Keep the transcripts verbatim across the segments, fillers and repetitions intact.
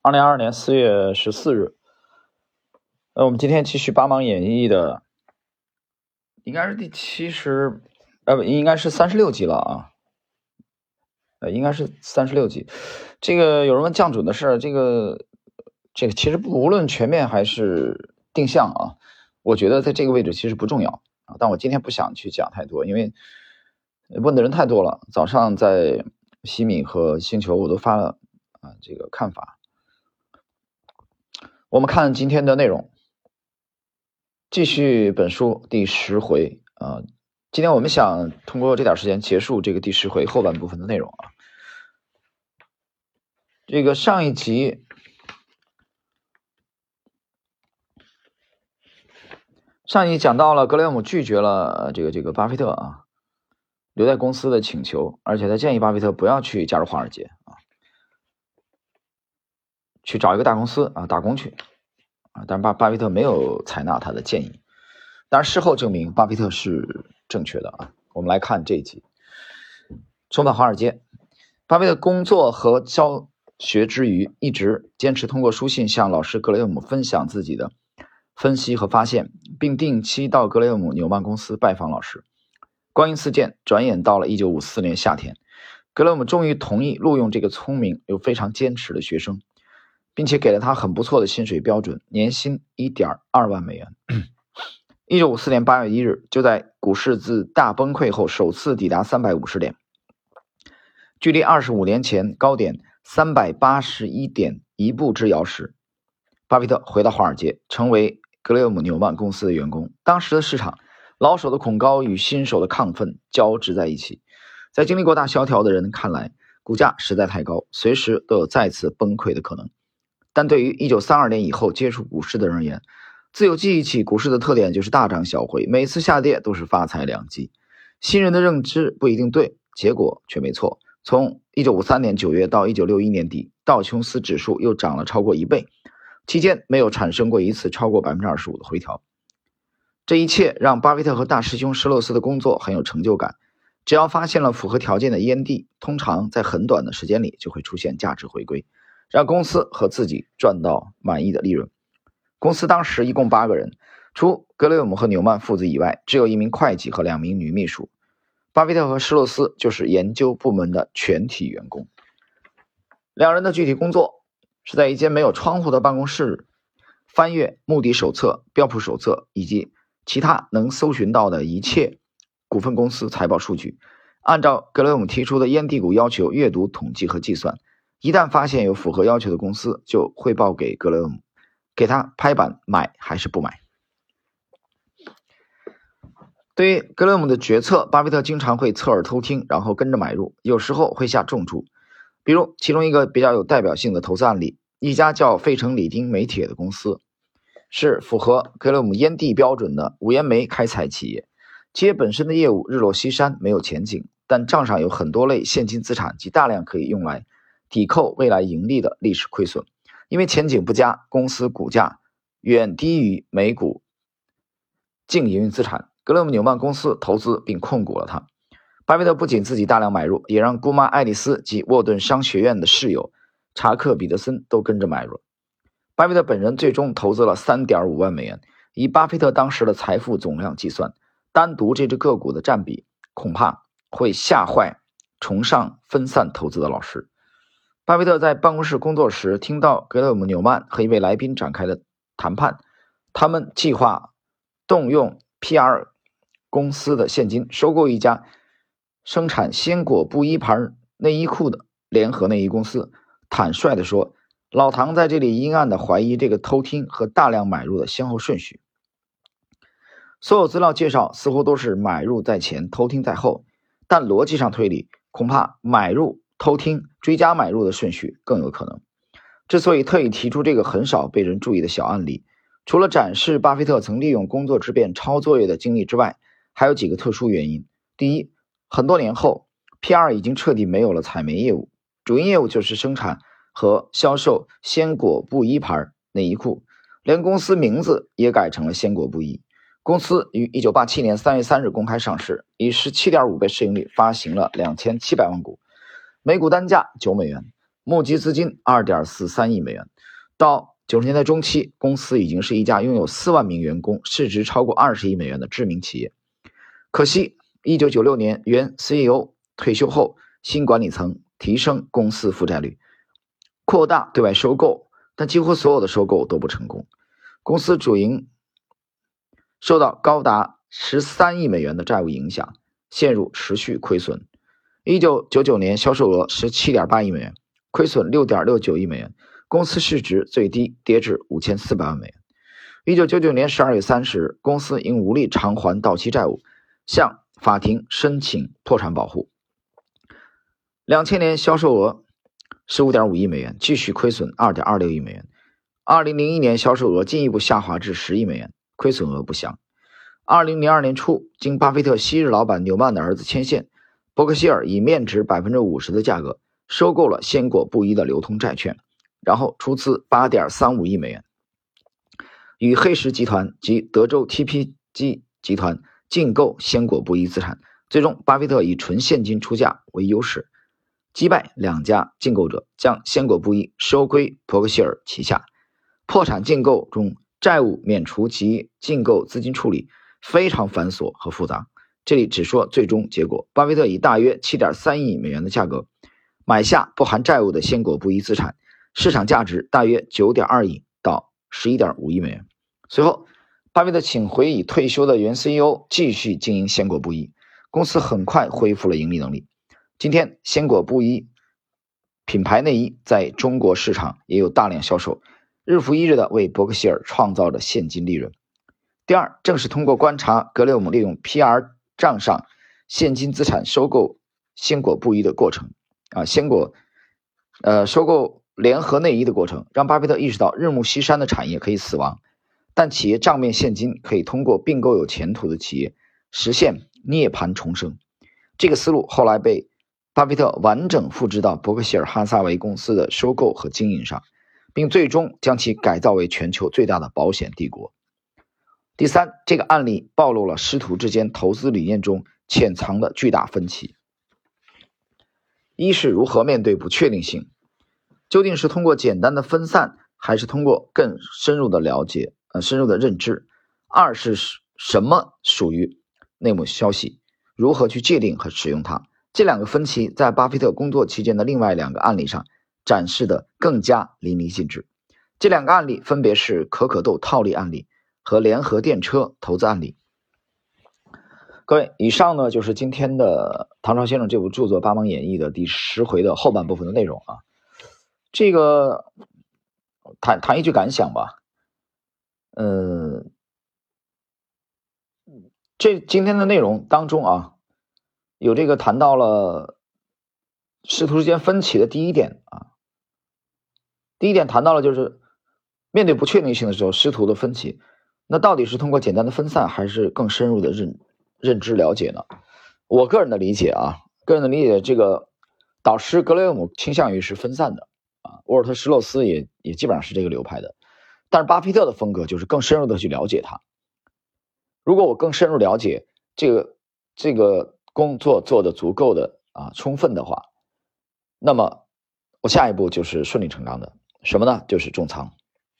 二零二二年四月十四日，呃，我们今天继续八芒演绎的，应该是第七十，呃，不，应该是三十六集了啊，呃，应该是三十六集。这个有人问降准的事儿，这个，这个其实无论全面还是定向啊，我觉得在这个位置其实不重要啊。但我今天不想去讲太多，因为问的人太多了。早上在西米和星球我都发了啊这个看法。我们看今天的内容，继续本书第十回啊。今天我们想通过这点时间结束这个第十回后半部分的内容啊。这个上一集，上一集讲到了格雷厄姆拒绝了这个这个巴菲特啊留在公司的请求，而且他建议巴菲特不要去加入华尔街啊，去找一个大公司啊打工去啊。但是巴巴菲特没有采纳他的建议。当然事后证明巴菲特是正确的啊。我们来看这一集，重返华尔街。巴菲特工作和教学之余，一直坚持通过书信向老师格雷厄姆分享自己的分析和发现，并定期到格雷厄姆纽曼公司拜访老师。光阴似箭，转眼到了一九五四年夏天，格雷厄姆终于同意录用这个聪明又非常坚持的学生，并且给了他很不错的薪水标准，年薪 一点二万美元。一九五四年八月一日，就在股市自大崩溃后首次抵达三百五十点，距离二十五年前高点三百八十一点一步之遥时，巴菲特回到华尔街，成为格雷厄姆纽曼公司的员工。当时的市场，老手的恐高与新手的亢奋交织在一起，在经历过大萧条的人看来，股价实在太高，随时都有再次崩溃的可能。但对于一九三二年以后接触股市的人而言，自有记忆起股市的特点就是大涨小回，每次下跌都是发财良机。新人的认知不一定对，结果却没错。从一九五三年九月到一九六一年底，道琼斯指数又涨了超过一倍，期间没有产生过一次超过 百分之二十五 的回调。这一切让巴菲特和大师兄施洛斯的工作很有成就感。只要发现了符合条件的烟蒂，通常在很短的时间里就会出现价值回归，让公司和自己赚到满意的利润。公司当时一共八个人，除格雷厄姆和纽曼父子以外，只有一名会计和两名女秘书。巴菲特和施洛斯就是研究部门的全体员工。两人的具体工作是在一间没有窗户的办公室翻阅穆迪手册、标普手册以及其他能搜寻到的一切股份公司财报数据，按照格雷厄姆提出的烟蒂股要求阅读、统计和计算。一旦发现有符合要求的公司，就汇报给格雷厄姆，给他拍板买还是不买。对于格雷厄姆的决策，巴菲特经常会侧耳偷听，然后跟着买入，有时候会下重注。比如其中一个比较有代表性的投资案例，一家叫费城里丁煤铁的公司，是符合格雷厄姆烟蒂标准的无烟煤开采企业。企业本身的业务日落西山，没有前景，但账上有很多类现金资产及大量可以用来抵扣未来盈利的历史亏损。因为前景不佳，公司股价远低于每股净营运资产，格雷厄姆纽曼公司投资并控股了它。巴菲特不仅自己大量买入，也让姑妈爱丽丝及沃顿商学院的室友查克·彼得森都跟着买入。巴菲特本人最终投资了 三点五万美元，以巴菲特当时的财富总量计算，单独这只个股的占比恐怕会吓坏崇尚分散投资的老师。巴菲特在办公室工作时，听到格雷厄姆纽曼和一位来宾展开的谈判，他们计划动用 P R 公司的现金收购一家生产鲜果布衣牌内衣裤的联合内衣公司。坦率地说，老唐在这里阴暗地怀疑这个偷听和大量买入的先后顺序。所有资料介绍似乎都是买入在前，偷听在后，但逻辑上推理，恐怕买入、偷听、追加买入的顺序更有可能。之所以特意提出这个很少被人注意的小案例，除了展示巴菲特曾利用工作之便抄作业的经历之外，还有几个特殊原因。第一，很多年后 P R 已经彻底没有了采煤业务，主营业务就是生产和销售鲜果布衣牌内衣裤，连公司名字也改成了鲜果布衣。公司于一九八七年三月三日公开上市，以 十七点五倍市盈率发行了两千七百万股，每股单价九美元。 募集资金 二点四三亿美元。到九十年代中期，公司已经是一家拥有四万名员工、市值超过二十亿美元的知名企业。可惜一九九六年原 C E O 退休后，新管理层提升公司负债率，扩大对外收购，但几乎所有的收购都不成功。公司主营受到高达十三亿美元的债务影响，陷入持续亏损。一九九九年销售额 十七点八亿美元，亏损 六点六九亿美元，公司市值最低跌至五千四百万美元。一九九九年十二月三十日，公司因无力偿还到期债务，向法庭申请破产保护。两千年销售额 十五点五亿美元，继续亏损 二点二六亿美元。二零零一年销售额进一步下滑至十亿美元，亏损额不详。二零零二年初，经巴菲特昔日老板纽曼的儿子牵线，伯克希尔以面值 百分之五十 的价格收购了鲜果布衣的流通债券，然后出资 八点三五亿美元，与黑石集团及德州 T P G 集团竞购鲜果布衣资产。最终巴菲特以纯现金出价为优势，击败两家竞购者，将鲜果布衣收归伯克希尔旗下。破产竞购中债务免除及竞购资金处理非常繁琐和复杂，这里只说最终结果。巴菲特以大约 七点三亿美元的价格买下不含债务的鲜果布衣资产，市场价值大约 九点二亿到 十一点五亿美元。随后巴菲特请回已退休的原 C E O 继续经营鲜果布衣，公司很快恢复了盈利能力。今天鲜果布衣品牌内衣在中国市场也有大量销售，日复一日的为伯克希尔创造着现金利润。第二，正是通过观察格雷厄姆利用 P R 账上现金资产收购鲜果布衣的过程啊，鲜果呃收购联合内衣的过程，让巴菲特意识到日暮西山的产业可以死亡，但企业账面现金可以通过并购有前途的企业实现涅槃重生。这个思路后来被巴菲特完整复制到伯克希尔哈撒韦公司的收购和经营上，并最终将其改造为全球最大的保险帝国。第三，这个案例暴露了师徒之间投资理念中潜藏的巨大分歧。一是如何面对不确定性，究竟是通过简单的分散，还是通过更深入的了解、呃深入的认知？二是什么属于内幕消息，如何去界定和使用它？这两个分歧在巴菲特工作期间的另外两个案例上展示的更加淋漓尽致。这两个案例分别是可可豆套利案例和联合电车投资案例。各位，以上呢就是今天的唐朝先生这部著作《八芒演义》的第十回的后半部分的内容啊。这个谈谈一句感想吧。呃，这今天的内容当中啊，有这个谈到了师徒之间分歧的第一点啊。第一点谈到了就是面对不确定性的时候，师徒的分歧，那到底是通过简单的分散，还是更深入的认认知了解呢？我个人的理解啊，个人的理解，这个导师格雷厄姆倾向于是分散的啊，沃尔特施洛斯也也基本上是这个流派的，但是巴菲特的风格就是更深入的去了解它。如果我更深入了解这个这个工作做得足够的啊充分的话，那么我下一步就是顺理成章的什么呢？就是重仓。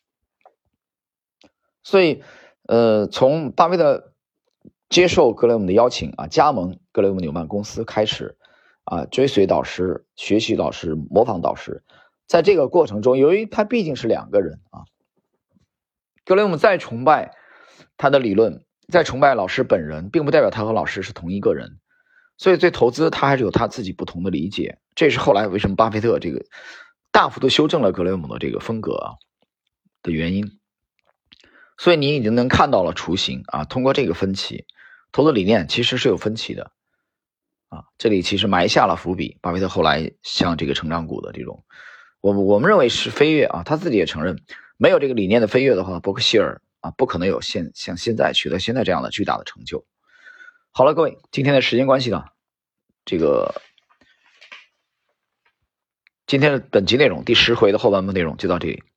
所以呃，从巴菲特接受格雷厄姆的邀请啊，加盟格雷厄姆纽曼公司开始啊，追随导师，学习导师，模仿导师。在这个过程中，由于他毕竟是两个人啊，格雷厄姆再崇拜他的理论，再崇拜老师本人，并不代表他和老师是同一个人。所以对投资他还是有他自己不同的理解，这是后来为什么巴菲特这个大幅度修正了格雷厄姆的这个风格啊的原因。所以你已经能看到了雏形啊，通过这个分歧，投资理念其实是有分歧的啊，这里其实埋下了伏笔。巴菲特后来像这个成长股的这种，我我们认为是飞跃啊，他自己也承认，没有这个理念的飞跃的话，伯克希尔啊不可能有现像现在取得现在这样的巨大的成就。好了，各位，今天的时间关系呢，这个今天的本集内容第十回的后半部内容就到这里。